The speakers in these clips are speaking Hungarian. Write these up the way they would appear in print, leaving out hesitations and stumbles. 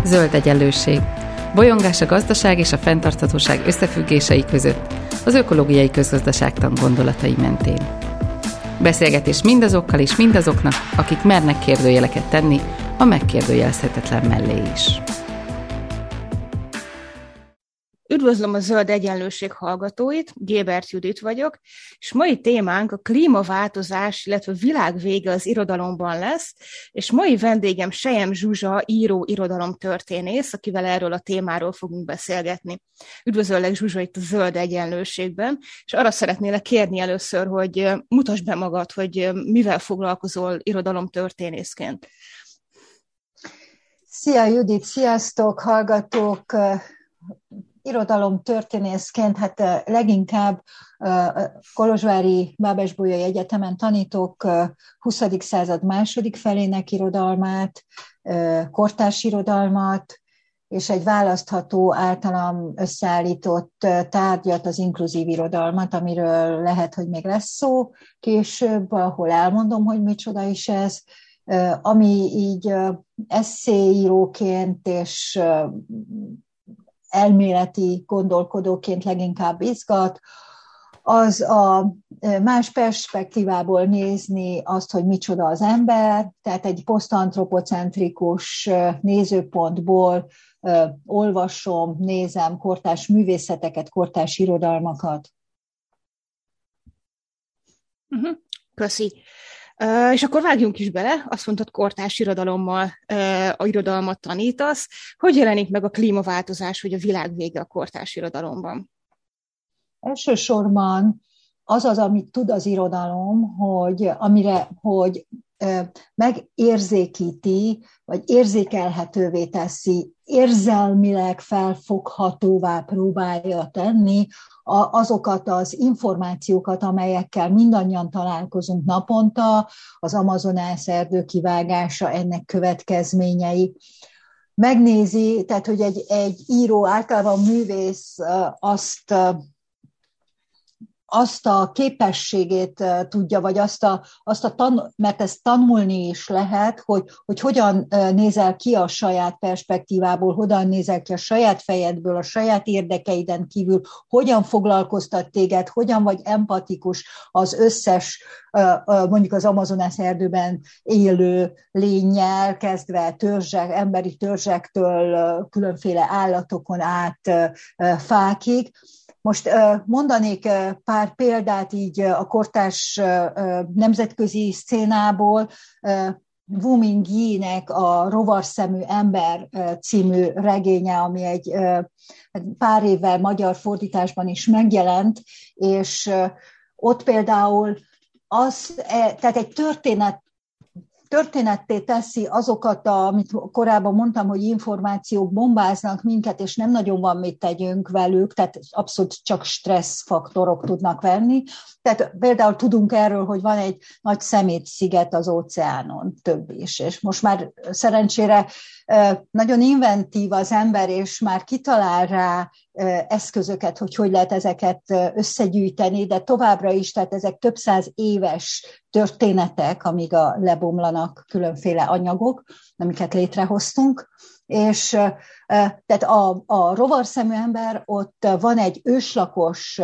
Zöld egyenlőség. Bolyongás a gazdaság és a fenntarthatóság összefüggései között, az ökológiai közgazdaságtan gondolatai mentén. Beszélgetés mindazokkal és mindazoknak, akik mernek kérdőjeleket tenni a megkérdőjelezhetetlen mellé is. Üdvözlöm a Zöld Egyenlőség hallgatóit, Gébert Judit vagyok, és mai témánk a klímaváltozás, illetve világvége az irodalomban lesz, és mai vendégem Sejem Zsuzsa, író, irodalomtörténész, akivel erről a témáról fogunk beszélgetni. Üdvözöllek, Zsuzsa, itt a Zöld Egyenlőségben, és arra szeretnélek kérni először, hogy mutasd be magad, hogy mivel foglalkozol irodalomtörténészként. Szia Judit, sziasztok, hallgatók! Irodalomtörténészként, leginkább Kolozsvári Bábesbolyai Egyetemen tanítok 20. század második felének irodalmát, kortárs irodalmat, és egy választható általam összeállított tárgyat, az inkluzív irodalmat, amiről lehet, hogy még lesz szó később, ahol elmondom, hogy micsoda is ez, ami így esszéíróként és elméleti gondolkodóként leginkább izgat, az a más perspektívából nézni azt, hogy micsoda az ember, tehát egy posztantropocentrikus nézőpontból olvasom, nézem kortárs művészeteket, kortárs irodalmakat. Köszi. És akkor vágjunk is bele, azt mondtad, kortárs irodalommal a irodalmat tanítasz. Hogy jelenik meg a klímaváltozás, vagy a világvége a kortárs irodalomban? Elsősorban az, amit tud az irodalom, hogy megérzékíti, vagy érzékelhetővé teszi, érzelmileg felfoghatóvá próbálja tenni azokat az információkat, amelyekkel mindannyian találkozunk naponta, az amazonász erdő kivágása, ennek következményei. Megnézi, tehát hogy egy író, általában művész azt a képességét tudja, vagy mert ezt tanulni is lehet, hogy hogyan nézel ki a saját perspektívából, hogyan nézel ki a saját fejedből, a saját érdekeiden kívül, hogyan foglalkoztat téged, hogyan vagy empatikus az összes, mondjuk az amazonász erdőben élő lénnyel, kezdve emberi törzsektől, különféle állatokon át fákig. Most mondanék pár példát így a kortárs nemzetközi szcénából. Wu Mingyi-nek a Rovarszemű ember című regénye, ami egy pár évvel magyar fordításban is megjelent, és ott például tehát egy történetté teszi azokat, amit korábban mondtam, hogy információk bombáznak minket, és nem nagyon van mit tegyünk velük, tehát abszolút csak stresszfaktorok tudnak venni. Tehát például tudunk erről, hogy van egy nagy szemétsziget az óceánon, több is, és most már szerencsére nagyon inventív az ember, és már kitalál rá eszközöket, hogy lehet ezeket összegyűjteni, de továbbra is, tehát ezek több száz éves történetek, amíg lebomlanak különféle anyagok, amiket létrehoztunk, és tehát a rovarszemű ember, ott van egy őslakos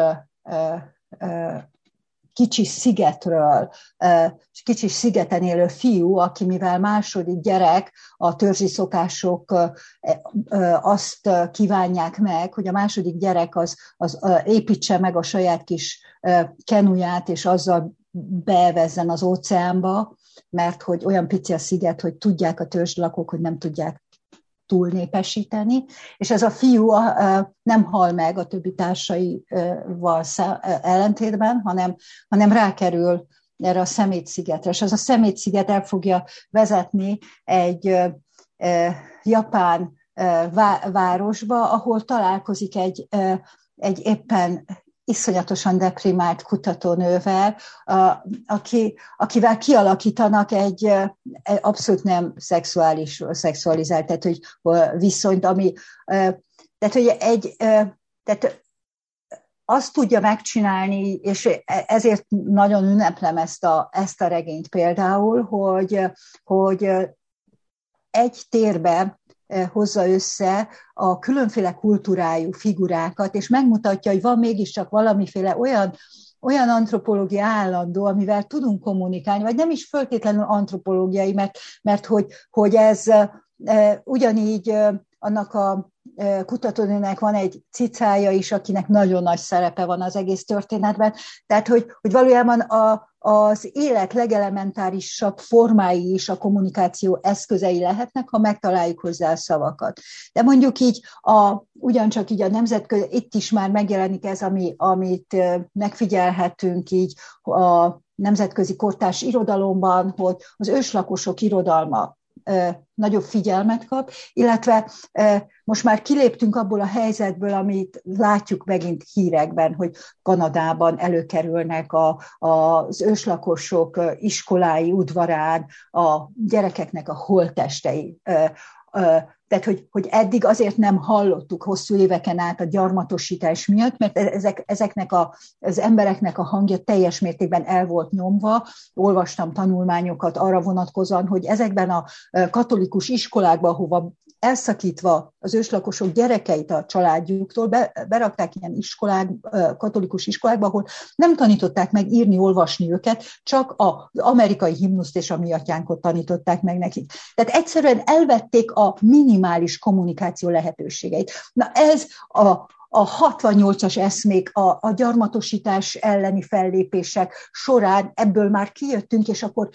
kicsi szigetről, kicsi szigeten élő fiú, aki mivel második gyerek, a törzsi szokások azt kívánják meg, hogy a második gyerek az építse meg a saját kis kenuját, és azzal bevezzen az óceánba, mert hogy olyan pici a sziget, hogy tudják a törzslakók, hogy nem tudják túlnépesíteni, és ez a fiú nem hal meg a többi társaival ellentétben, hanem rákerül erre a szemétszigetre, és az a szemétsziget el fogja vezetni egy japán városba, ahol találkozik egy éppen iszonyatosan deprimált kutatónővel, akivel kialakítanak egy abszolút nem szexualizált, tehát hogy viszonyt, ami, tehát hogy tehát azt tudja megcsinálni, és ezért nagyon ünneplem ezt a regényt például, hogy egy térbe hozza össze a különféle kultúrájú figurákat, és megmutatja, hogy van mégiscsak valamiféle olyan antropológia állandó, amivel tudunk kommunikálni, vagy nem is feltétlenül antropológiai, mert hogy ez ugyanígy annak a kutatónőnek van egy cicája is, akinek nagyon nagy szerepe van az egész történetben, tehát hogy valójában az élet legelementárisabb formái is a kommunikáció eszközei lehetnek, ha megtaláljuk hozzá a szavakat. De mondjuk így, ugyancsak így a nemzetközi, itt is már megjelenik ez, amit megfigyelhetünk így a nemzetközi kortárs irodalomban, hogy az őslakosok irodalma nagyobb figyelmet kap, illetve most már kiléptünk abból a helyzetből, amit látjuk megint hírekben, hogy Kanadában előkerülnek az őslakosok iskolái udvarán a gyerekeknek a holttestei. Tehát, hogy eddig azért nem hallottuk hosszú éveken át a gyarmatosítás miatt, mert ezeknek az embereknek a hangja teljes mértékben el volt nyomva. Olvastam tanulmányokat arra vonatkozóan, hogy ezekben a katolikus iskolákban, ahova elszakítva az őslakosok gyerekeit a családjuktól, berakták ilyen katolikus iskolákba, ahol nem tanították meg írni, olvasni őket, csak az amerikai himnuszt és a mi atyánkot tanították meg nekik. Tehát egyszerűen elvették a minimális kommunikáció lehetőségeit. Na ez a 68-as eszmék, a gyarmatosítás elleni fellépések során ebből már kijöttünk, és akkor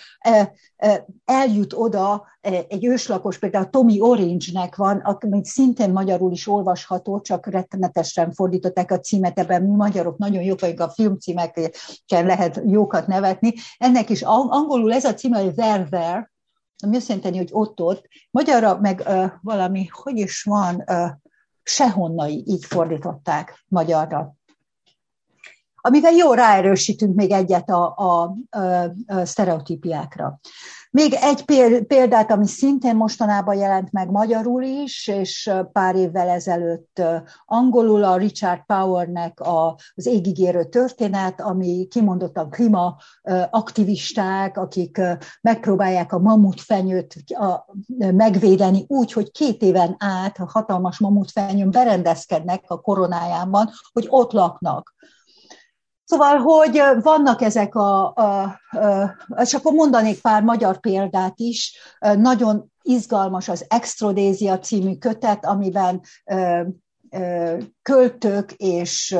eljut oda egy őslakos, például Tommy Orange-nek van, amit szintén magyarul is olvasható, csak rettenetesen fordították a címet, ebben mi magyarok nagyon jók vagyunk, a filmcímeken lehet jókat nevetni. Ennek is angolul ez a címe, hogy There, ami azt jelenti, hogy ott, magyarra meg valami, hogy is van, sehonnai, így fordították magyarra. Amivel jól ráerősítünk még egyet a sztereotípiákra. Még egy példát, ami szintén mostanában jelent meg magyarul is, és pár évvel ezelőtt angolul, a Richard Powernek az Égigérő történet, ami kimondottan klímaaktivisták, akik megpróbálják a mamutfenyőt megvédeni úgy, hogy 2 éven át a hatalmas mamutfenyőn berendezkednek a koronájában, hogy ott laknak. Szóval, hogy vannak ezek és akkor mondanék pár magyar példát is, nagyon izgalmas az Extrodézia című kötet, amiben költők és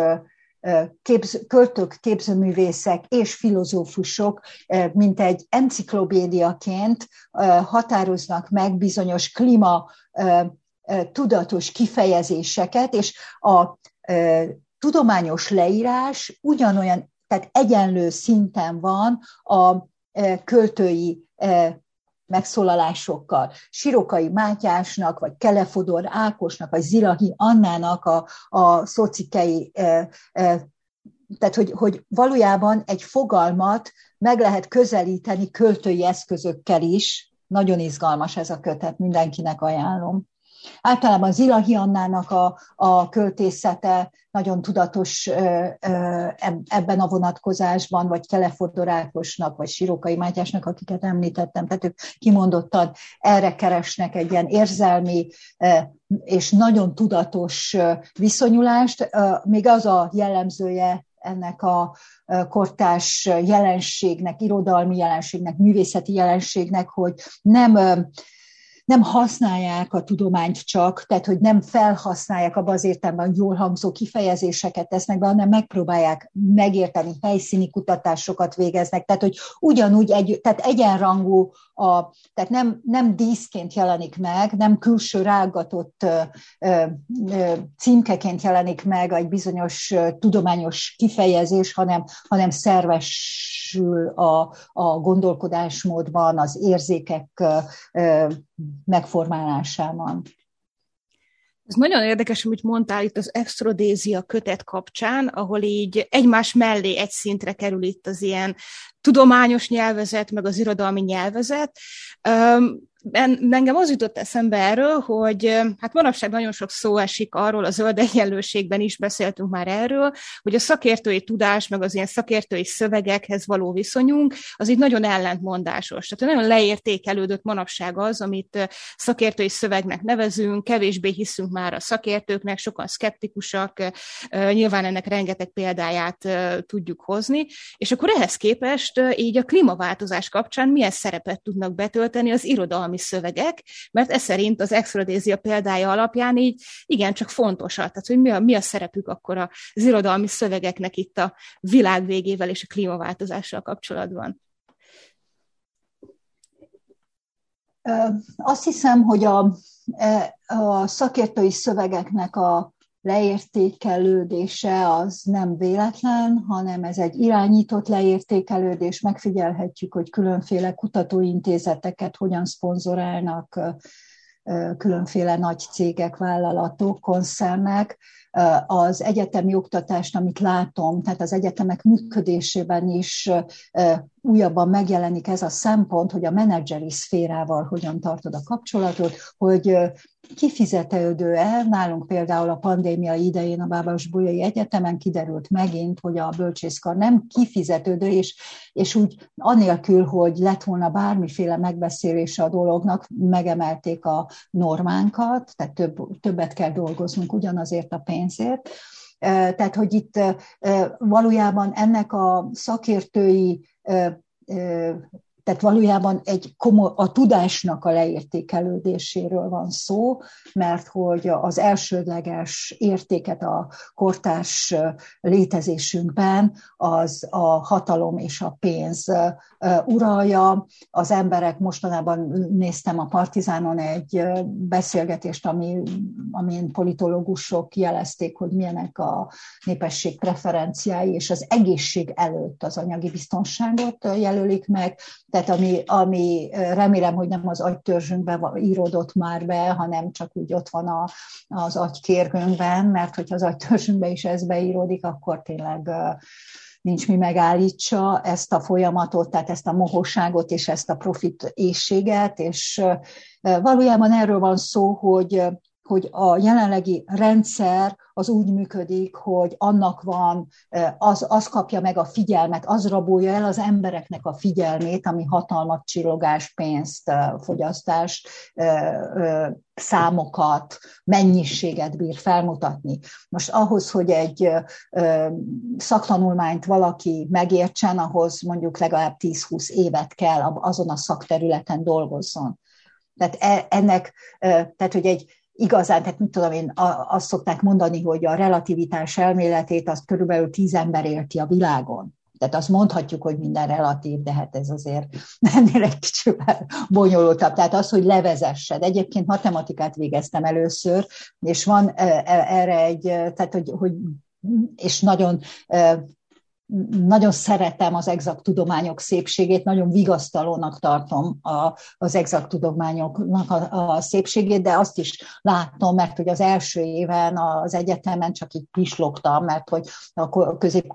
képzőművészek és filozófusok, mint egy enciklopédiaként határoznak meg bizonyos klíma tudatos kifejezéseket, és a tudományos leírás ugyanolyan, tehát egyenlő szinten van a költői megszólalásokkal. Sirokai Mátyásnak, vagy Kelefodor Ákosnak, vagy Zilahi Annának a szócikkei, tehát hogy valójában egy fogalmat meg lehet közelíteni költői eszközökkel is. Nagyon izgalmas ez a kötet, mindenkinek ajánlom. Általában Zilahi Annának a költészete nagyon tudatos ebben a vonatkozásban, vagy Kelefodor Ákosnak, vagy Sirokai Mátyásnak, akiket említettem, tehát ők kimondottan erre keresnek egy ilyen érzelmi és nagyon tudatos viszonyulást. Még az a jellemzője ennek a kortárs jelenségnek, irodalmi jelenségnek, művészeti jelenségnek, hogy nem használják a tudományt csak, tehát hogy nem felhasználják abban az értelemben, hogy jól hangzó kifejezéseket tesznek be, hanem megpróbálják megérteni, helyszíni kutatásokat végeznek, tehát hogy ugyanúgy tehát egyenrangú, tehát nem díszként jelenik meg, nem külső rágatott címkeként jelenik meg egy bizonyos tudományos kifejezés, hanem szervesül a gondolkodásmódban, az érzékek megformálásában. Ez nagyon érdekes, amit mondtál itt az Extrodézia kötet kapcsán, ahol így egymás mellé egy szintre kerül itt az ilyen tudományos nyelvezet, meg az irodalmi nyelvezet. engem az jutott eszembe erről, hogy hát manapság nagyon sok szó esik arról, a zöld egyenlőségben is beszéltünk már erről, hogy a szakértői tudás, meg az ilyen szakértői szövegekhez való viszonyunk, az így nagyon ellentmondásos. Tehát nagyon leértékelődött manapság az, amit szakértői szövegnek nevezünk, kevésbé hiszünk már a szakértőknek, sokan szkeptikusak, nyilván ennek rengeteg példáját tudjuk hozni, és akkor ehhez képest így a klímaváltozás kapcsán milyen szerepet tudnak betölteni az irodalmi szövegek, mert ez szerint az extradézia példája alapján így igencsak fontosak. Tehát, hogy mi a szerepük akkor az irodalmi szövegeknek itt a világ végével és a klímaváltozással kapcsolatban? Azt hiszem, hogy a szakértői szövegeknek a leértékelődése az nem véletlen, hanem ez egy irányított leértékelődés. Megfigyelhetjük, hogy különféle kutatóintézeteket hogyan szponzorálnak különféle nagy cégek, vállalatok, koncernek. Az egyetemi oktatást, amit látom, tehát az egyetemek működésében is újabban megjelenik ez a szempont, hogy a menedzseri szférával hogyan tartod a kapcsolatot, hogy kifizetődő-e. Nálunk például a pandémia idején a Bábos-Bolyai Egyetemen kiderült megint, hogy a bölcsészkar nem kifizetődő, és úgy anélkül, hogy lett volna bármiféle megbeszélése a dolognak, megemelték a normánkat, tehát többet kell dolgoznunk ugyanazért a pénzért. Tehát, hogy itt valójában ennek a szakértői, tehát valójában a tudásnak a leértékelődéséről van szó, mert hogy az elsődleges értéket a kortárs létezésünkben az a hatalom és a pénz uralja. Az emberek, mostanában néztem a Partizánon egy beszélgetést, amin politológusok jelezték, hogy milyenek a népesség preferenciái, és az egészség előtt az anyagi biztonságot jelölik meg. Tehát ami remélem, hogy nem az agytörzsünkbe íródott már be, hanem csak úgy ott van az agykérgünkben, mert hogyha az agytörzsünkbe is ez beíródik, akkor tényleg nincs mi megállítsa ezt a folyamatot, tehát ezt a mohóságot és ezt a profit éhséget, és valójában erről van szó, hogy a jelenlegi rendszer az úgy működik, hogy annak van, az kapja meg a figyelmet, az rabolja el az embereknek a figyelmét, ami hatalmat, csillogást, pénzt, fogyasztást, számokat, mennyiséget bír felmutatni. Most ahhoz, hogy egy szaktanulmányt valaki megértsen, ahhoz mondjuk legalább 10-20 évet kell azon a szakterületen dolgozzon. Tehát hogy igazán, tehát mit tudom én, azt szokták mondani, hogy a relativitás elméletét azt körülbelül 10 ember érti a világon. Tehát azt mondhatjuk, hogy minden relatív, de hát ez azért ennél egy kicsivel bonyolultabb. Tehát az, hogy levezessed. Egyébként matematikát végeztem először, és van erre tehát hogy és nagyon szeretem az egzakt tudományok szépségét, nagyon vigasztalónak tartom az egzakt tudományoknak a szépségét, de azt is látom, mert hogy az első éven az egyetemen csak így pislogtam, mert hogy a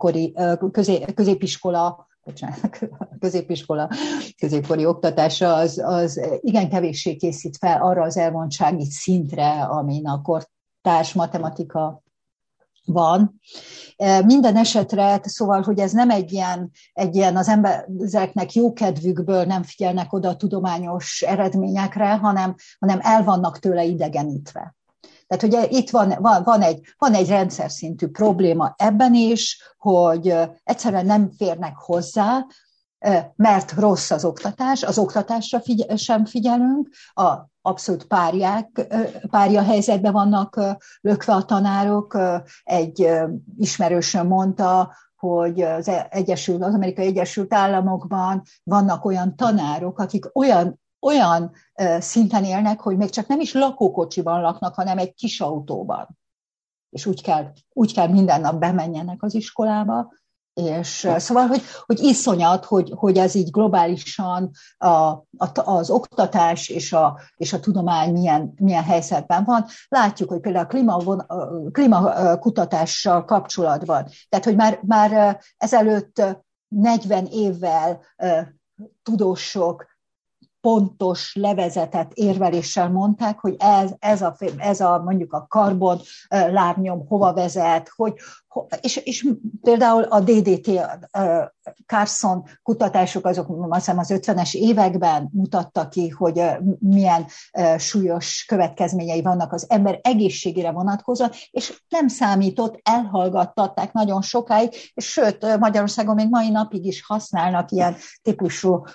középkori oktatása az igen kevéssé készít fel arra az elvontsági szintre, amin a kortárs matematika van. Minden esetre, szóval, hogy ez nem egy ilyen az embereknek jókedvükből nem figyelnek oda a tudományos eredményekre, hanem el vannak tőle idegenítve. Tehát ugye itt van egy rendszer szintű probléma ebben is, hogy egyszerűen nem férnek hozzá, mert rossz az oktatás, az oktatásra sem figyelünk, abszolút párja helyzetben vannak lökve a tanárok. Egy ismerősöm mondta, hogy az Amerikai Egyesült Államokban vannak olyan tanárok, akik olyan szinten élnek, hogy még csak nem is lakókocsiban laknak, hanem egy kis autóban. És úgy kell minden nap bemenjenek az iskolába. És szóval, hogy iszonyat, hogy ez így globálisan az oktatás és a tudomány milyen helyzetben van. Látjuk, hogy például a klímakutatással kapcsolatban, tehát hogy már ezelőtt 40 évvel tudósok pontos, levezetett érveléssel mondták, hogy ez a mondjuk a karbon lábnyom hova vezet, és például a DDT, Carson kutatások azok azt hiszem az 50-es években mutattak ki, hogy milyen súlyos következményei vannak az ember egészségére vonatkozóan, és nem számított, elhallgattatták nagyon sokáig, és sőt, Magyarországon még mai napig is használnak ilyen típusú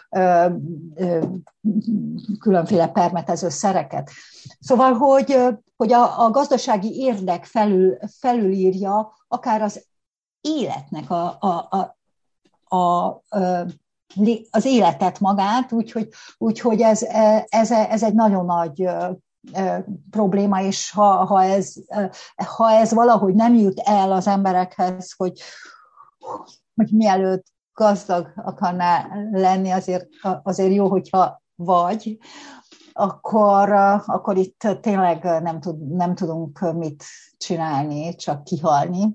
különféle permetező szereket. Szóval, hogy a gazdasági érdek felülírja akár az életnek az életet magát, úgyhogy ez egy nagyon nagy probléma, és ha ez valahogy nem jut el az emberekhez, hogy mielőtt gazdag akarná lenni, azért jó, hogyha vagy, akkor itt tényleg nem tudunk mit csinálni, csak kihalni.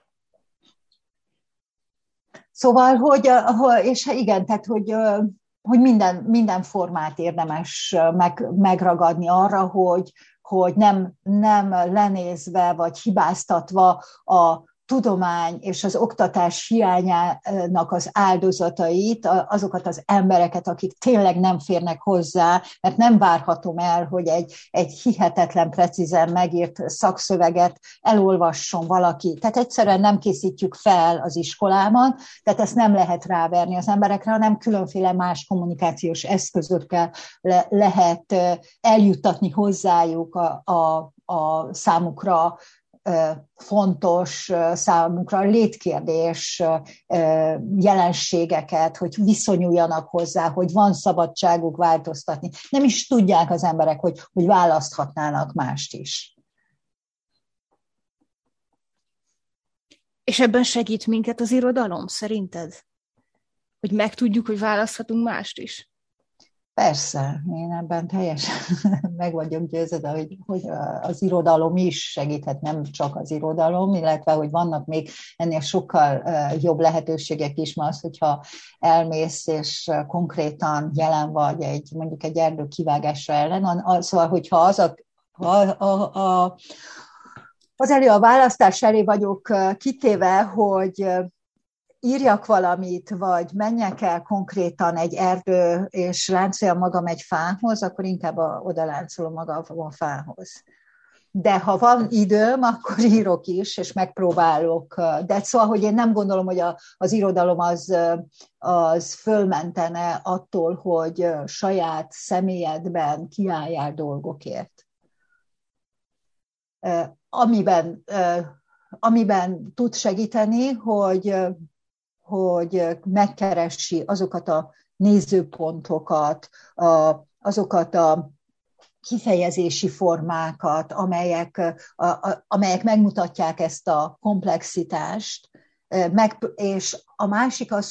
Szóval, és igen, tehát, hogy minden formát érdemes megragadni arra, hogy nem lenézve vagy hibáztatva a tudomány és az oktatás hiányának az áldozatait, azokat az embereket, akik tényleg nem férnek hozzá, mert nem várhatom el, hogy egy hihetetlen precízen megírt szakszöveget elolvasson valaki. Tehát egyszerűen nem készítjük fel az iskolában, tehát ezt nem lehet ráverni az emberekre, hanem különféle más kommunikációs eszközökkel lehet eljuttatni hozzájuk a számukra fontos, számunkra létkérdés jelenségeket, hogy viszonyuljanak hozzá, hogy van szabadságuk változtatni. Nem is tudják az emberek, hogy választhatnának mást is. És ebben segít minket az irodalom, szerinted? Hogy megtudjuk, hogy választhatunk mást is? Persze, én ebben teljesen meg vagyok győződve, hogy az irodalom is segíthet, nem csak az irodalom, illetve hogy vannak még ennél sokkal jobb lehetőségek is, mert az, hogyha elmész és konkrétan jelen vagy mondjuk egy erdő kivágása ellen, szóval, hogyha a választás elé vagyok kitéve, hogy írjak valamit, vagy menjek el konkrétan egy erdő, és ráncoljam magam egy fához, akkor inkább oda láncolom magam a fához. De ha van időm, akkor írok is, és megpróbálok. De szóval, hogy én nem gondolom, hogy az irodalom az fölmentene attól, hogy saját személyedben kiálljál dolgokért. Amiben tud segíteni, hogy megkeresi azokat a nézőpontokat, azokat a kifejezési formákat, amelyek megmutatják ezt a komplexitást. És a másik az,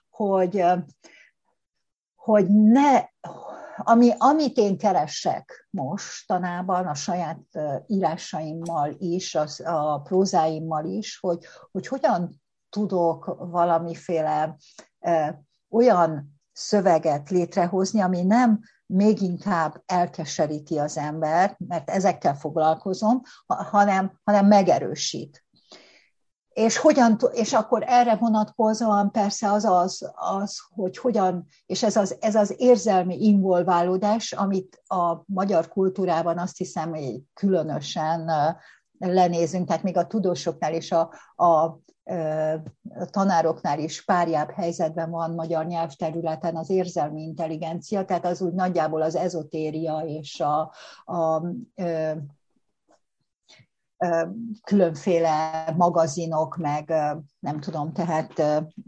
hogy ne... Amit én keresek mostanában a saját írásaimmal is, a prózáimmal is, hogy hogyan tudok valamiféle olyan szöveget létrehozni, ami nem még inkább elkeseríti az embert, mert ezekkel foglalkozom, hanem megerősít. És akkor erre vonatkozóan persze az, hogy hogyan, és ez az érzelmi involválódás, amit a magyar kultúrában azt hiszem, hogy különösen lenézünk, tehát még a tudósoknál és a tanároknál is párjább helyzetben van magyar nyelvterületen az érzelmi intelligencia, tehát az úgy nagyjából az ezotéria és a különféle magazinok, meg nem tudom, tehát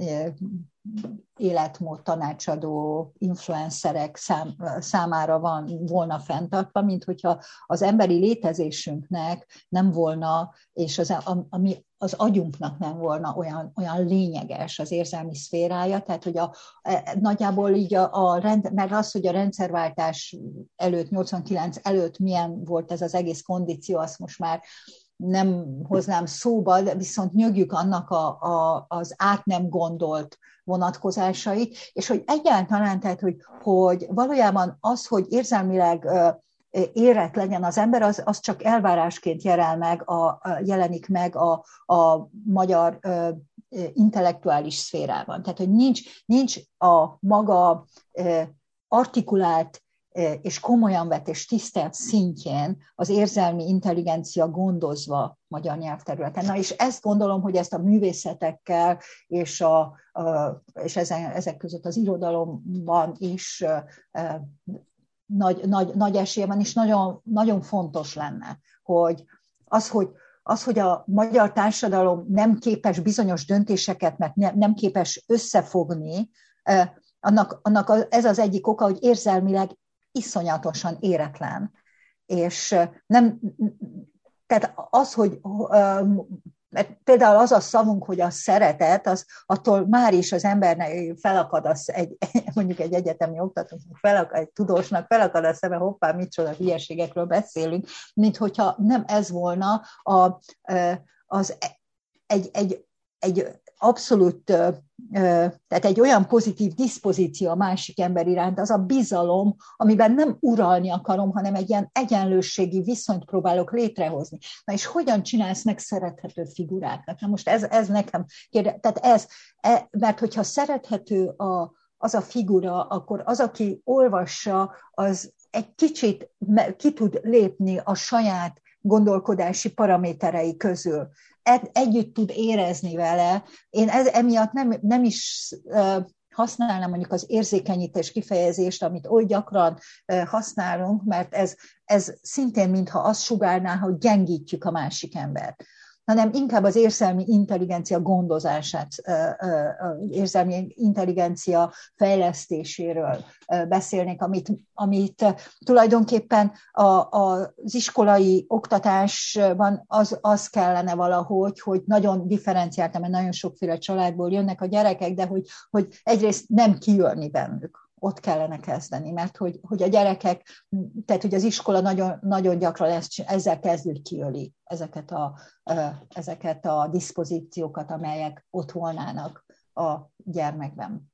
életmód tanácsadó influencerek számára volna fenntartva, mint hogyha az emberi létezésünknek nem volna, és az agyunknak nem volna olyan lényeges az érzelmi szférája, tehát hogy nagyjából így mert az, hogy a rendszerváltás előtt, 89 előtt milyen volt ez az egész kondíció, azt most már nem hoznám szóba, de viszont nyögjük annak az át nem gondolt vonatkozásait, és hogy egyáltalán, tehát, hogy valójában az, hogy érzelmileg érett legyen az ember, az csak elvárásként jelenik meg a magyar intellektuális szférában. Tehát, hogy nincs a maga artikulált és komolyan vett és tisztelt szintjén az érzelmi intelligencia gondozva magyar nyelvterületen. Na és ezt gondolom, hogy ezt a művészetekkel és ezek között az irodalomban is nagy esélye van, és nagyon, nagyon fontos lenne, hogy hogy a magyar társadalom nem képes bizonyos döntéseket, mert nem képes összefogni, annak ez az egyik oka, hogy érzelmileg iszonyatosan éretlen. És tehát az, hogy például az a szavunk, hogy a szeretet, az attól már is az embernek felakad, mondjuk egy egyetemi oktatónak, egy tudósnak felakad a szeme, hoppá, micsoda hülyeségekről beszélünk, mint hogyha nem ez volna egy abszolút, tehát egy olyan pozitív diszpozíció a másik ember iránt, az a bizalom, amiben nem uralni akarom, hanem egy ilyen egyenlősségi viszonyt próbálok létrehozni. Na és hogyan csinálsz meg szerethető figurákat? Na most ez nekem tehát mert hogyha szerethető az a figura, akkor az, aki olvassa, az egy kicsit ki tud lépni a saját gondolkodási paraméterei közül. Együtt tud érezni vele. Én emiatt nem is használnám mondjuk az érzékenyítés kifejezést, amit oly gyakran használunk, mert ez szintén mintha azt sugárná, hogy gyengítjük a másik embert, hanem inkább az érzelmi intelligencia gondozását, érzelmi intelligencia fejlesztéséről beszélnék, amit tulajdonképpen az iskolai oktatásban az kellene valahogy, hogy nagyon differenciáltan, mert nagyon sokféle családból jönnek a gyerekek, de hogy egyrészt nem kijönni bennük. Ott kellene kezdeni, mert hogy a gyerekek, tehát hogy az iskola nagyon, nagyon gyakran ezzel kezd, hogy kiöli ezeket a diszpozíciókat, amelyek ott volnának a gyermekben.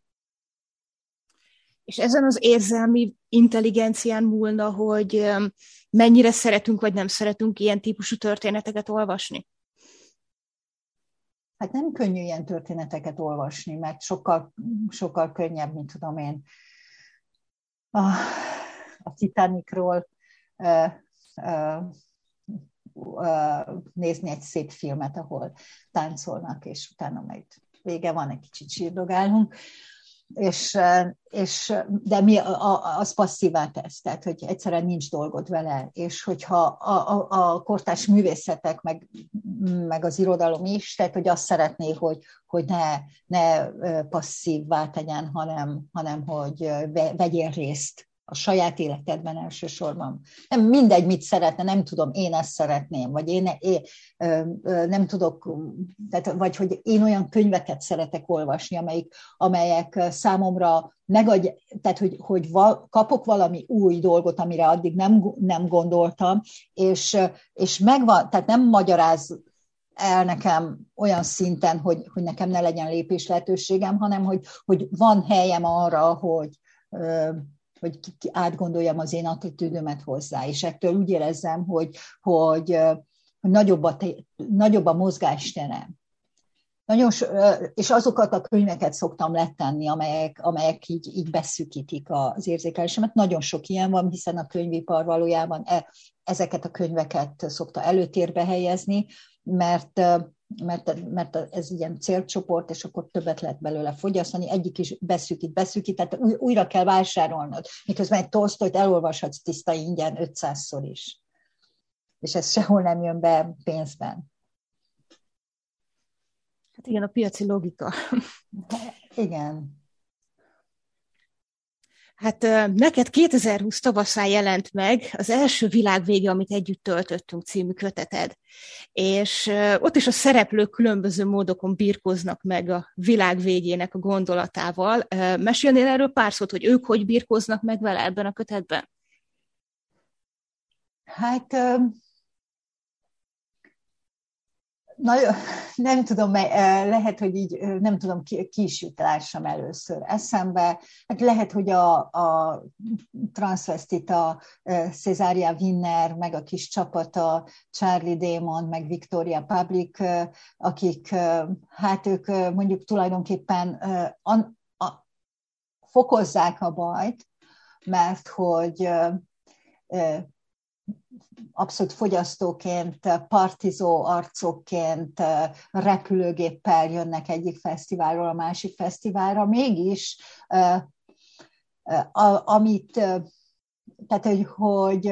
És ezen az érzelmi intelligencián múlna, hogy mennyire szeretünk vagy nem szeretünk ilyen típusú történeteket olvasni? Hát nem könnyű ilyen történeteket olvasni, mert sokkal, sokkal könnyebb, mint tudom én, a Titanicról nézni egy szép filmet, ahol táncolnak, és utána majd vége van, egy kicsit sírdogálunk. De az passzívá tesz, tehát hogy egyszerűen nincs dolgod vele, és hogyha a kortárs művészetek, meg az irodalom is, tehát hogy azt szeretné, hogy ne passzívvá tegyen, hanem hogy vegyél részt a saját életedben elsősorban. Nem mindegy, mit szeretne, nem tudom, én ezt szeretném, vagy én nem tudok, tehát, vagy hogy én olyan könyveket szeretek olvasni, amelyek számomra megadja, tehát hogy kapok valami új dolgot, amire addig nem gondoltam, és megvan, tehát nem magyaráz el nekem olyan szinten, hogy nekem ne legyen lépés lehetőségem, hanem hogy van helyem arra, hogy átgondoljam az én attitűdömet hozzá, és ettől úgy érezzem, hogy nagyobb a mozgástere. És azokat a könyveket szoktam letenni, amelyek így beszűkítik az érzékelésemet. Nagyon sok ilyen van, hiszen a könyvipar valójában ezeket a könyveket szokta előtérbe helyezni, mert ez ilyen célcsoport, és akkor többet lehet belőle fogyasztani, egyik is beszűkít, tehát újra kell vásárolnod, miközben egy Tolsztojt elolvashatsz tiszta ingyen 500-szor is. És ez sehol nem jön be pénzben. Hát igen, a piaci logika. Igen. Hát neked 2020 tavaszán jelent meg az első világvége, amit együtt töltöttünk című köteted. És ott is a szereplők különböző módokon birkóznak meg a világ végének a gondolatával. Mesélnél erről pár szót, hogy ők hogy birkóznak meg vele ebben a kötetben? Hát Nem tudom, lehet, hogy így nem tudom, ki is jut lássam először eszembe. Hát lehet, hogy a transvestita Cesaria Winner, meg a kis csapata, Charlie Damon, meg Victoria Public, akik, hát ők mondjuk tulajdonképpen fokozzák a bajt, mert hogy abszolút fogyasztóként, partizó arcokként repülőgéppel jönnek egyik fesztiválról a másik fesztiválra, mégis tehát hogy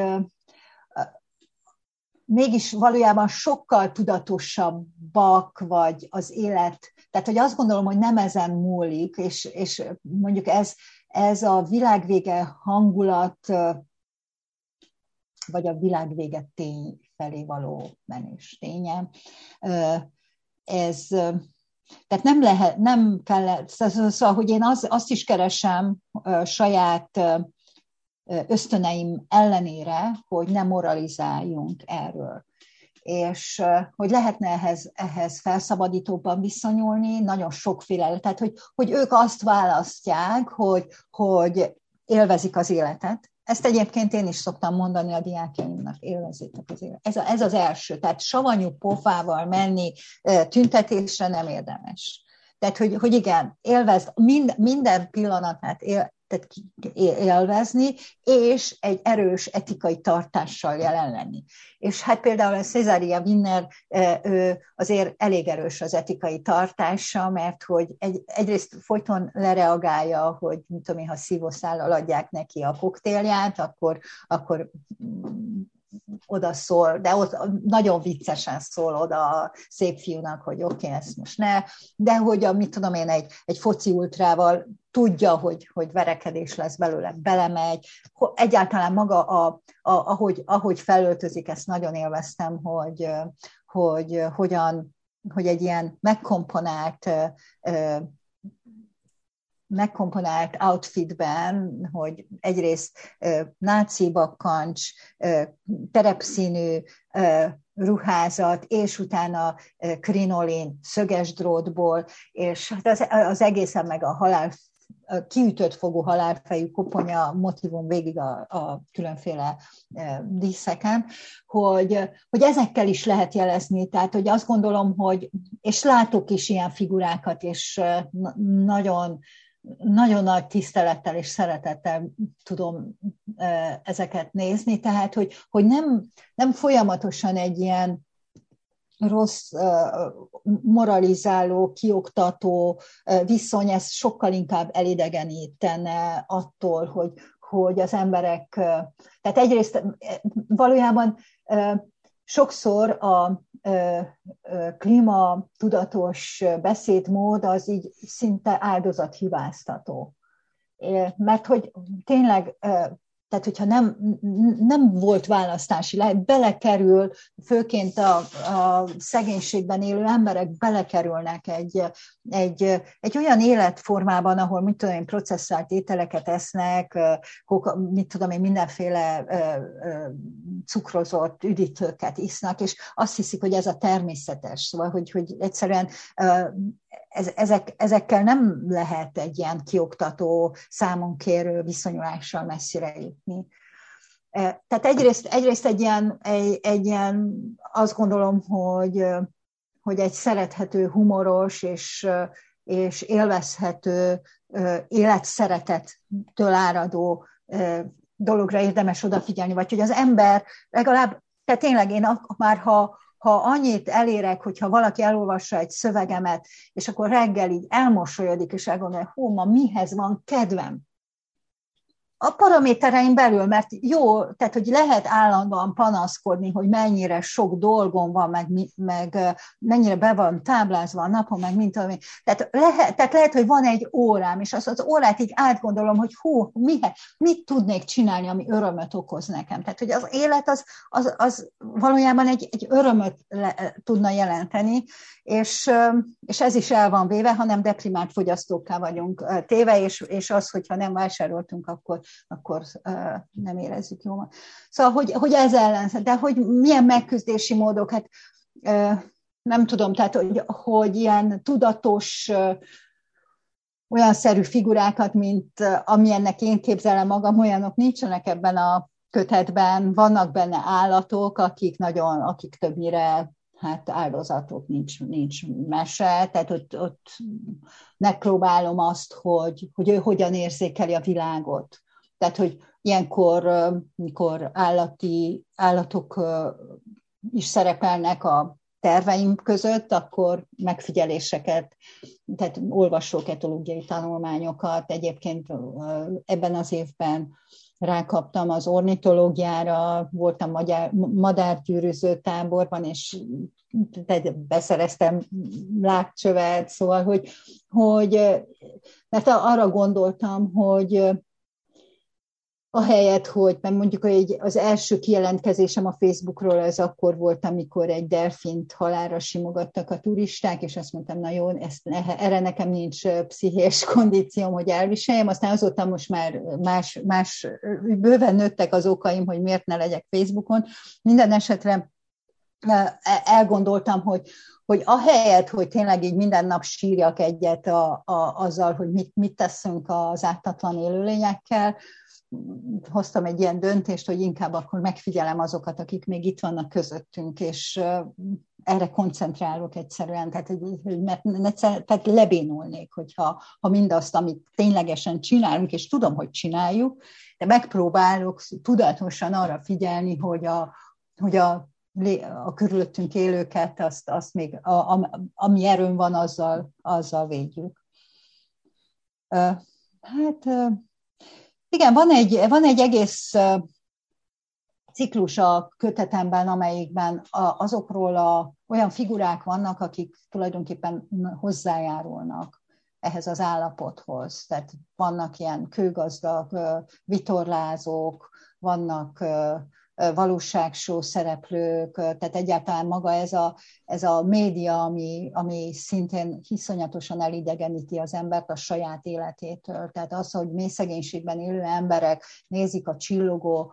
mégis valójában sokkal tudatosabbak, vagy az élet, tehát hogy azt gondolom, hogy nem ezen múlik, és mondjuk ez a világvége hangulat, vagy a világvége tény felé való menés ténye. Tehát nem kell, szóval, hogy én azt is keresem saját ösztöneim ellenére, hogy ne moralizáljunk erről. És hogy lehetne ehhez felszabadítóbban viszonyulni, nagyon sokféle, tehát hogy ők azt választják, hogy élvezik az életet. Ezt egyébként én is szoktam mondani a diákjaimnak, élvezzétek az életet. Ez az első, tehát savanyú pofával menni tüntetésre nem érdemes. Tehát, hogy igen, élvezd minden pillanatát, tehát élvezni, és egy erős etikai tartással jelen lenni. És hát például a Cesaria Winner azért elég erős az etikai tartása, mert hogy egyrészt folyton lereagálja, hogy mit tudom én, ha szívószállal adják neki a koktélját, akkor oda szól, de ott nagyon viccesen szól oda a szép fiúnak, hogy oké, ezt most ne, de hogy mit tudom én, egy foci ultrával tudja, hogy verekedés lesz belőle, belemegy. Egyáltalán maga, ahogy felöltözik, ezt nagyon élveztem, hogy egy ilyen megkomponált outfitben, hogy egyrészt náci bakkancs, terepszínű ruházat, és utána krinolin, szöges drótból, és az egészen meg a kiütött fogú halálfejű koponya motivum végig a különféle díszeken, hogy ezekkel is lehet jelezni. Tehát, hogy azt gondolom, hogy, és látok is ilyen figurákat, és nagyon nagy tisztelettel és szeretettel tudom ezeket nézni, tehát, hogy nem folyamatosan egy ilyen rossz, moralizáló, kioktató viszony, ez sokkal inkább elidegenítene attól, hogy az emberek, tehát egyrészt valójában sokszor a klímatudatos beszédmód az így szinte áldozathibáztató. Mert hogy tényleg, tehát hogyha nem volt választási lehet, belekerül, főként a szegénységben élő emberek belekerülnek egy olyan életformában, ahol mit tudom én, processzált ételeket esznek, mit tudom én, mindenféle cukrozott üdítőket isznak, és azt hiszik, hogy ez a természetes. Szóval, hogy egyszerűen ezekkel nem lehet egy ilyen kioktató, számonkérő viszonyulással messzire jutni. Tehát egyrészt egy ilyen azt gondolom, hogy egy szerethető, humoros és élvezhető, életszeretettől áradó dologra érdemes odafigyelni, vagy hogy az ember legalább, tehát tényleg én már ha annyit elérek, hogyha valaki elolvassa egy szövegemet, és akkor reggel így elmosolyodik, és elgondolja, ma mihez van kedvem? A paramétereim belül, mert jó, tehát hogy lehet állandóan panaszkodni, hogy mennyire sok dolgom van, meg mennyire be van táblázva a napon, meg mint ami. Tehát lehet, hogy van egy órám, és az órát így átgondolom, hogy mit tudnék csinálni, ami örömöt okoz nekem. Tehát, hogy az élet az valójában egy örömöt tudna jelenteni, és ez is el van véve, hanem deprimált fogyasztókká vagyunk téve, és az, hogyha nem vásároltunk, akkor nem érezzük jól. Szóval, hogy ez ellen, de hogy milyen megküzdési módok, hát nem tudom, tehát hogy ilyen tudatos, olyan szerű figurákat, mint amilyennek én képzelem magam, olyanok nincsenek ebben a kötetben. Vannak benne állatok, akik többnyire áldozatok, nincs mese, tehát ott megpróbálom azt, hogy ő hogyan érzékeli a világot. Tehát, hogy ilyenkor, mikor állatok is szerepelnek a terveim között, akkor megfigyeléseket, tehát olvasok etológiai tanulmányokat. Egyébként ebben az évben rákaptam az ornitológiára, voltam madárgyűrűző táborban, és beszereztem lábcsövet, szóval, mert arra gondoltam, hogy ahelyett, mert mondjuk az első kijelentkezésem a Facebookról az akkor volt, amikor egy delfint halálra simogattak a turisták, és azt mondtam, na jó, erre nekem nincs pszichés kondícióm, hogy elviseljem. Aztán azóta most már más bőven nőttek az okaim, hogy miért ne legyek Facebookon. Minden esetre elgondoltam, hogy ahelyett, hogy tényleg így minden nap sírjak egyet azzal, hogy mit teszünk az ártatlan élőlényekkel, hoztam egy ilyen döntést, hogy inkább akkor megfigyelem azokat, akik még itt vannak közöttünk, és erre koncentrálok egyszerűen, tehát lebénulnék, hogyha mindazt, amit ténylegesen csinálunk, és tudom, hogy csináljuk, de megpróbálok tudatosan arra figyelni, hogy a körülöttünk élőket, azt még, ami erőn van, azzal védjük. Igen, van egy egész ciklus a kötetemben, amelyikben azokról olyan figurák vannak, akik tulajdonképpen hozzájárulnak ehhez az állapothoz. Tehát vannak ilyen kőgazdag vitorlázók, vannak valóságshow szereplők, tehát egyáltalán maga ez a média, ami szintén iszonyatosan elidegeníti az embert a saját életétől. Tehát az, hogy mély szegénységben élő emberek nézik a csillogó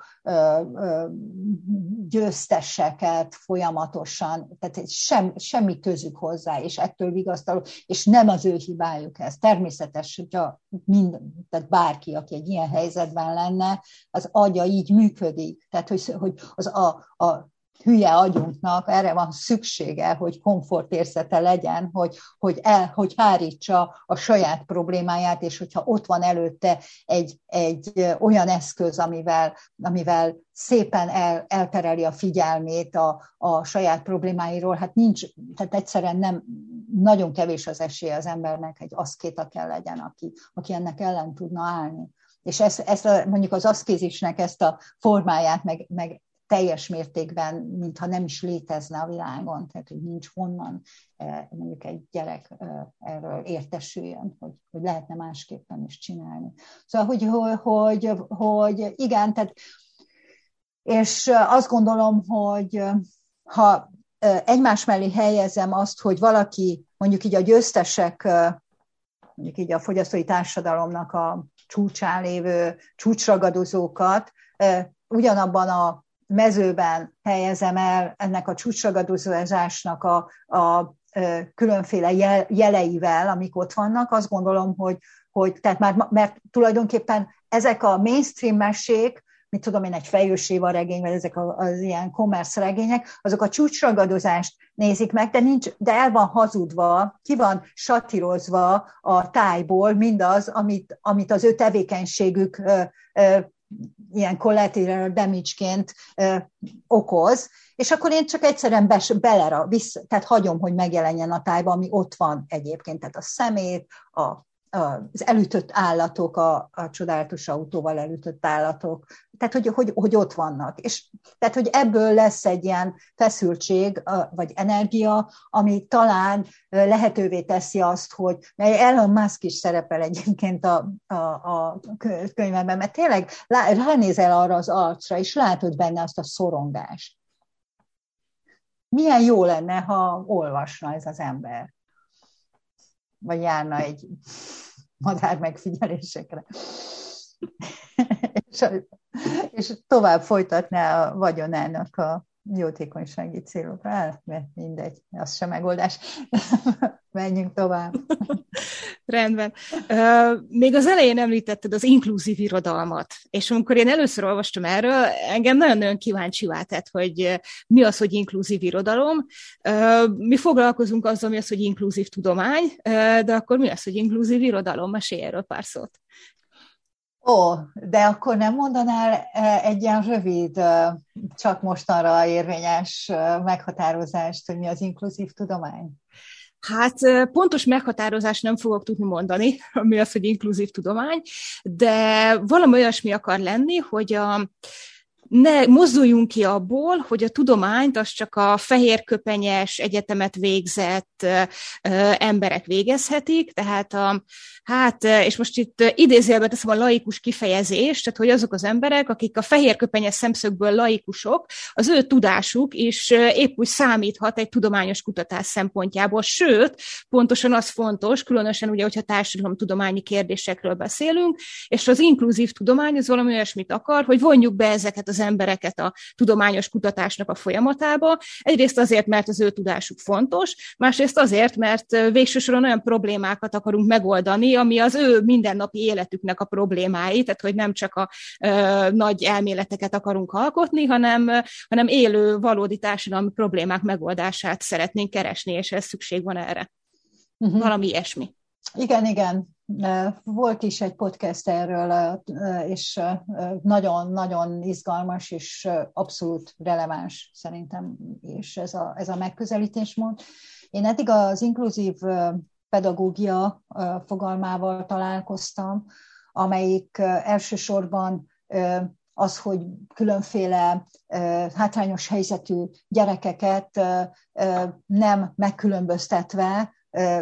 győzteseket folyamatosan, tehát semmi közük hozzá, és ettől vigasztaló, és nem az ő hibájuk ez. Természetes, hogyha tehát bárki, aki egy ilyen helyzetben lenne, az agya így működik. Tehát, hogy a hülye agyunknak erre van szüksége, hogy komfortérzete legyen, hogy hárítsa a saját problémáját, és hogyha ott van előtte egy olyan eszköz, amivel szépen eltereli a figyelmét a saját problémáiról, tehát egyszerűen nem, nagyon kevés az esélye az embernek, egy aszkéta kell legyen, aki ennek ellen tudna állni. És mondjuk az aszkézisnek ezt a formáját meg teljes mértékben, mintha nem is létezne a világon, tehát hogy nincs honnan mondjuk egy gyerek erről értesüljön, hogy lehetne másképpen is csinálni. Szóval, hogy igen, tehát, és azt gondolom, hogy ha egymás mellé helyezem azt, hogy valaki, mondjuk így a győztesek, mondjuk így a fogyasztói társadalomnak a csúcsán lévő csúcsragadozókat, ugyanabban a mezőben helyezem el ennek a csúcsragadozásnak a különféle jeleivel, amik ott vannak, azt gondolom, hogy tehát mert tulajdonképpen ezek a mainstream mesék, mit tudom én, egy Fejős Éva regény, vagy ezek az ilyen commerce regények, azok a csúcsragadozást nézik meg, de el van hazudva, ki van satírozva a tájból mindaz, amit az ő tevékenységük ilyen collateral damage-ként okoz, és akkor én csak egyszerűen tehát hagyom, hogy megjelenjen a tájba, ami ott van egyébként, tehát a szemét, az elütött állatok, a csodálatos autóval elütött állatok, tehát hogy ott vannak. És tehát, hogy ebből lesz egy ilyen feszültség, vagy energia, ami talán lehetővé teszi azt, hogy Elon Musk is szerepel egyébként a könyvemben, mert tényleg ránézel arra az arcra, és látod benne azt a szorongást. Milyen jó lenne, ha olvasna ez az ember. Vagy járna egy madár megfigyelésekre. És tovább folytatná a vagyonának jótékonysági célokra, mert mindegy, az sem megoldás. Menjünk tovább. Rendben. Még az elején említetted az inkluzív irodalmat, és amikor én először olvastam erről, engem nagyon-nagyon kíváncsivá tett, hogy mi az, hogy inkluzív irodalom. Mi foglalkozunk azzal, mi az, hogy inkluzív tudomány, de akkor mi az, hogy inkluzív irodalom? Mesélj erről pár szót. De akkor nem mondanál egy ilyen rövid, csak mostanra érvényes meghatározást, hogy mi az inkluzív tudomány? Hát pontos meghatározást nem fogok tudni mondani, mi az, hogy inkluzív tudomány, de valami olyasmi akar lenni, hogy ne mozduljunk ki abból, hogy a tudományt az csak a fehérköpenyes, egyetemet végzett emberek végezhetik, tehát és most itt idézőjelbe teszem a laikus kifejezést, tehát hogy azok az emberek, akik a fehérköpenyes szemszögből laikusok, az ő tudásuk is épp úgy számíthat egy tudományos kutatás szempontjából, sőt, pontosan az fontos, különösen ugye, hogyha társadalomtudományi kérdésekről beszélünk, és az inkluzív tudomány az valami olyasmit akar, hogy vonjuk be ezeket az embereket a tudományos kutatásnak a folyamatába. Egyrészt azért, mert az ő tudásuk fontos, másrészt azért, mert végső soron olyan problémákat akarunk megoldani, ami az ő mindennapi életüknek a problémái, tehát hogy nem csak a nagy elméleteket akarunk alkotni, hanem élő, valódi társadalmi problémák megoldását szeretnénk keresni, és ez szükség van erre. Valami ilyesmi. Igen. Volt is egy podcast erről, és nagyon-nagyon izgalmas, és abszolút releváns szerintem, és ez a megközelítésmód. Én eddig az inkluzív pedagógia fogalmával találkoztam, amelyik elsősorban az, hogy különféle hátrányos helyzetű gyerekeket nem megkülönböztetve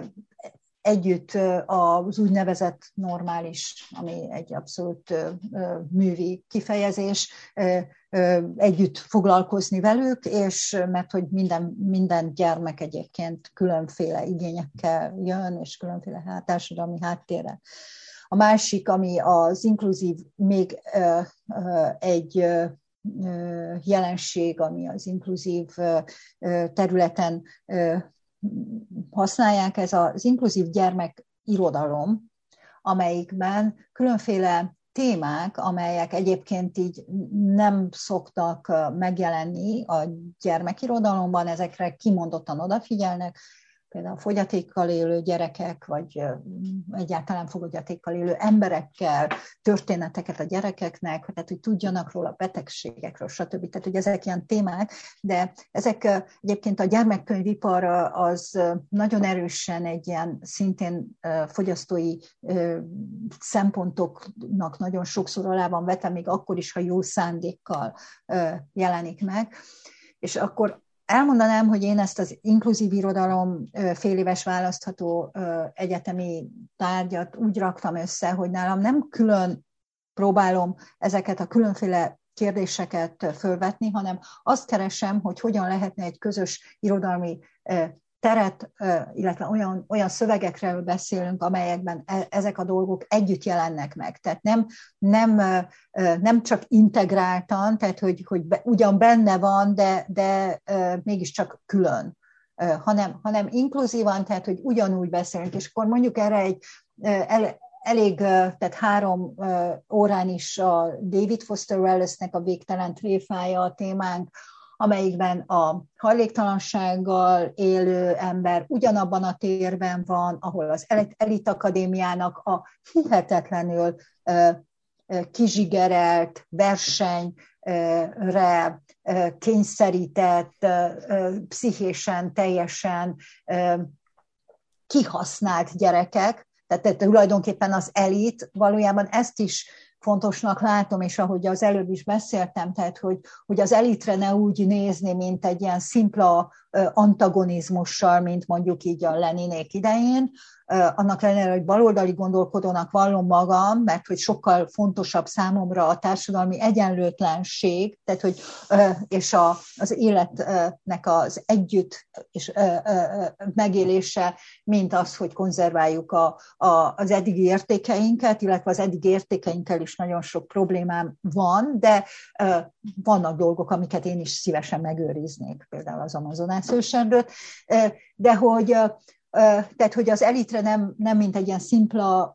együtt az úgynevezett normális, ami egy abszolút művi kifejezés, együtt foglalkozni velük, és mert hogy minden gyermek egyébként különféle igényekkel jön, és különféle társadalmi háttérrel. A másik, ami az inkluzív, még egy jelenség, ami az inkluzív területen használják, ez az inkluzív gyermekirodalom, amelyikben különféle témák, amelyek egyébként így nem szoktak megjelenni a gyermekirodalomban, ezekre kimondottan odafigyelnek, például fogyatékkal élő gyerekek, vagy egyáltalán fogyatékkal élő emberekkel, történeteket a gyerekeknek, tehát hogy tudjanak róla, betegségekről, stb. Tehát, hogy ezek ilyen témák, de ezek egyébként a gyermekkönyvipar az nagyon erősen egy ilyen szintén fogyasztói szempontoknak nagyon sokszor alá van vetve, még akkor is, ha jó szándékkal jelenik meg. És akkor elmondanám, hogy én ezt az inkluzív irodalom féléves választható egyetemi tárgyat úgy raktam össze, hogy nálam nem külön próbálom ezeket a különféle kérdéseket fölvetni, hanem azt keresem, hogy hogyan lehetne egy közös irodalmi teret, illetve olyan szövegekről beszélünk, amelyekben ezek a dolgok együtt jelennek meg. Tehát nem csak integráltan, tehát hogy ugyan benne van, de mégiscsak külön, hanem inkluzívan, tehát hogy ugyanúgy beszélünk. És akkor mondjuk erre egy elég, tehát 3 órán is a David Foster Wallace-nek a Végtelen tréfája a témánk, amelyikben a hajléktalansággal élő ember ugyanabban a térben van, ahol az Elit Akadémiának a hihetetlenül kizsigerelt versenyre kényszerített, pszichésen, teljesen kihasznált gyerekek, tehát tulajdonképpen az elit, valójában ezt is fontosnak látom, és ahogy az előbb is beszéltem, tehát hogy az elitre ne úgy nézni, mint egy ilyen szimpla antagonizmussal, mint mondjuk így a Leninék idején, annak ellenére, hogy baloldali gondolkodónak vallom magam, mert hogy sokkal fontosabb számomra a társadalmi egyenlőtlenség, tehát hogy, és az életnek az együtt és megélése, mint az, hogy konzerváljuk az eddigi értékeinket, illetve az eddigi értékeinkkel is nagyon sok problémám van, de vannak dolgok, amiket én is szívesen megőriznék, például az Amazonász őserdőt, de tehát, hogy az elitre nem mint egy ilyen szimpla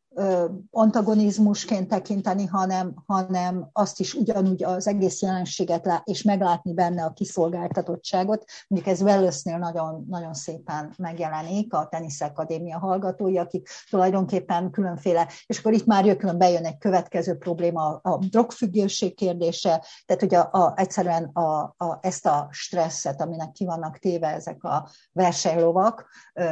antagonizmusként tekinteni, hanem azt is ugyanúgy az egész jelenséget és meglátni benne a kiszolgáltatottságot. Mondjuk ez Wellesnél nagyon, nagyon szépen megjelenik, a Teniszakadémia hallgatói, akik tulajdonképpen különféle, és akkor itt már bejön egy következő probléma, a drogfüggőség kérdése, tehát hogy egyszerűen ezt a stresszet, aminek ki vannak téve ezek a versenylovak,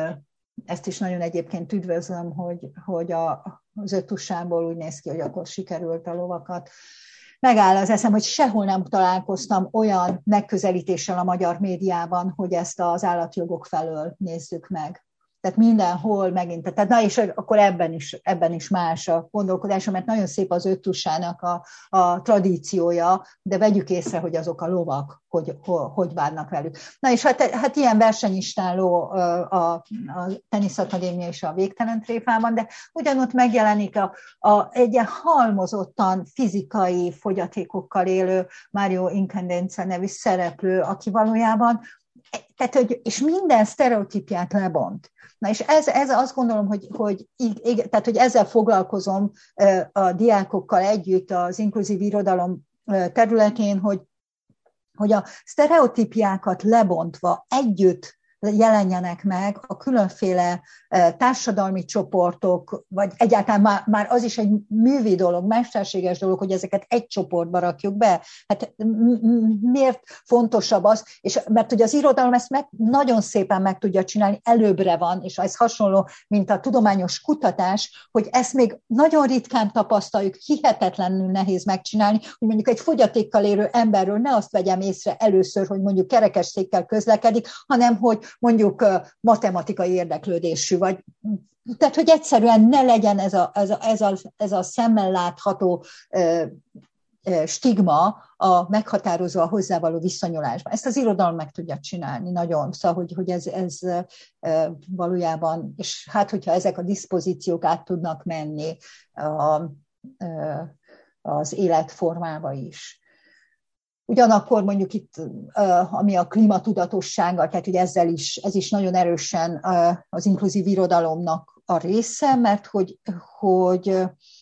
ezt is nagyon egyébként üdvözlöm, hogy az öttusából úgy néz ki, hogy akkor sikerült a lovakat. Megáll az eszem, hogy sehol nem találkoztam olyan megközelítéssel a magyar médiában, hogy ezt az állatjogok felől nézzük meg. Tehát mindenhol megint, tehát na és akkor ebben is más a gondolkodása, mert nagyon szép az öttusának a tradíciója, de vegyük észre, hogy azok a lovak hogy bánnak velük. Na és hát ilyen versenyistálló a Teniszakadémia és a Végtelen tréfában, de ugyanott megjelenik egy ilyen halmozottan fizikai fogyatékokkal élő Mario Incandenza nevű szereplő, aki valójában, és minden sztereotípiát lebont. Na és ez azt gondolom, hogy ezzel foglalkozom a diákokkal együtt az inkluzív irodalom területén, hogy a sztereotípiákat lebontva együtt jelenjenek meg a különféle társadalmi csoportok, vagy egyáltalán már az is egy művi dolog, mesterséges dolog, hogy ezeket egy csoportba rakjuk be. Hát miért fontosabb az? És mert ugye az irodalom ezt nagyon szépen meg tudja csinálni, előbbre van, és ez hasonló, mint a tudományos kutatás, hogy ezt még nagyon ritkán tapasztaljuk, hihetetlenül nehéz megcsinálni, hogy mondjuk egy fogyatékkal élő emberről ne azt vegyem észre először, hogy mondjuk kerekesszékkel közlekedik, hanem hogy mondjuk matematikai érdeklődésű, vagy tehát, hogy egyszerűen ne legyen ez a szemmel látható stigma meghatározó a hozzávaló viszonyulásban. Ezt az irodalom meg tudja csinálni nagyon, szóval, hogy ez valójában, és hát, hogyha ezek a diszpozíciók át tudnak menni az életformába is. Ugyanakkor mondjuk itt, ami a klímatudatossággal, tehát hogy ez is nagyon erősen az inkluzív irodalomnak a része, mert hogy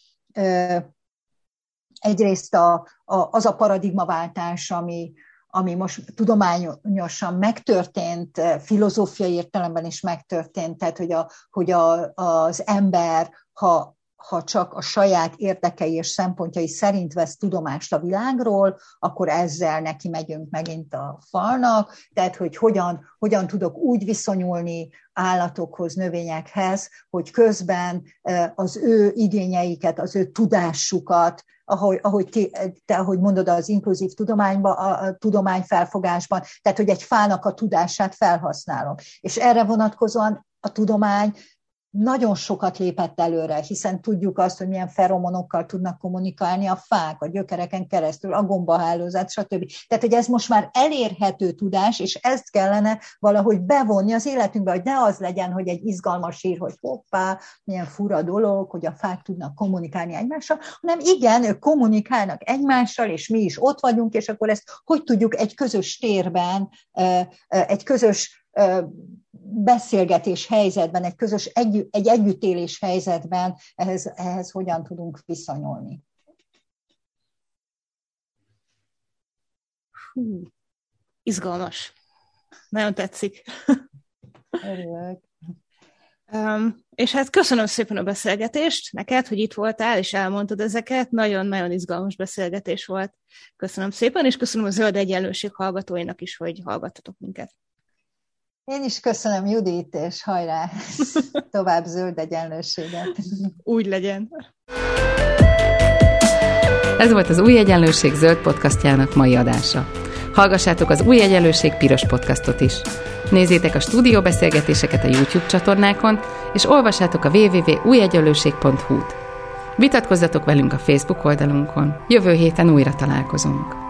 egyrészt az a paradigmaváltás, ami most tudományosan megtörtént, filozófiai értelemben is megtörtént, tehát hogy az ember, ha csak a saját érdekei és szempontjai szerint vesz tudomást a világról, akkor ezzel neki megyünk megint a falnak, tehát hogy hogyan tudok úgy viszonyulni állatokhoz, növényekhez, hogy közben az ő igényeiket, az ő tudásukat, ahogy mondod az inkluzív tudományban, a tudományfelfogásban, tehát hogy egy fának a tudását felhasználom. És erre vonatkozóan a tudomány nagyon sokat lépett előre, hiszen tudjuk azt, hogy milyen feromonokkal tudnak kommunikálni a fák, a gyökereken keresztül, a gombahálózat, stb. Tehát, hogy ez most már elérhető tudás, és ezt kellene valahogy bevonni az életünkbe, hogy ne az legyen, hogy egy izgalmas hír, hogy hoppá, milyen fura dolog, hogy a fák tudnak kommunikálni egymással, hanem igen, ők kommunikálnak egymással, és mi is ott vagyunk, és akkor ezt hogy tudjuk egy közös térben, egy közös beszélgetés helyzetben, egy együttélés helyzetben ehhez hogyan tudunk viszonyulni. Izgalmas. Nagyon tetszik. Örülök. És hát köszönöm szépen a beszélgetést neked, hogy itt voltál, és elmondtad ezeket. Nagyon-nagyon izgalmas beszélgetés volt. Köszönöm szépen, és köszönöm a Zöld Egyenlőség hallgatóinak is, hogy hallgattatok minket. Én is köszönöm, Judit, és hajrá, tovább zöld egyenlőséget. Úgy legyen. Ez volt az Új Egyenlőség zöld podcastjának mai adása. Hallgassátok az Új Egyenlőség piros podcastot is. Nézzétek a stúdióbeszélgetéseket a YouTube csatornákon, és olvassátok a www.újegyenlőség.hu-t. Vitatkozzatok velünk a Facebook oldalunkon. Jövő héten újra találkozunk.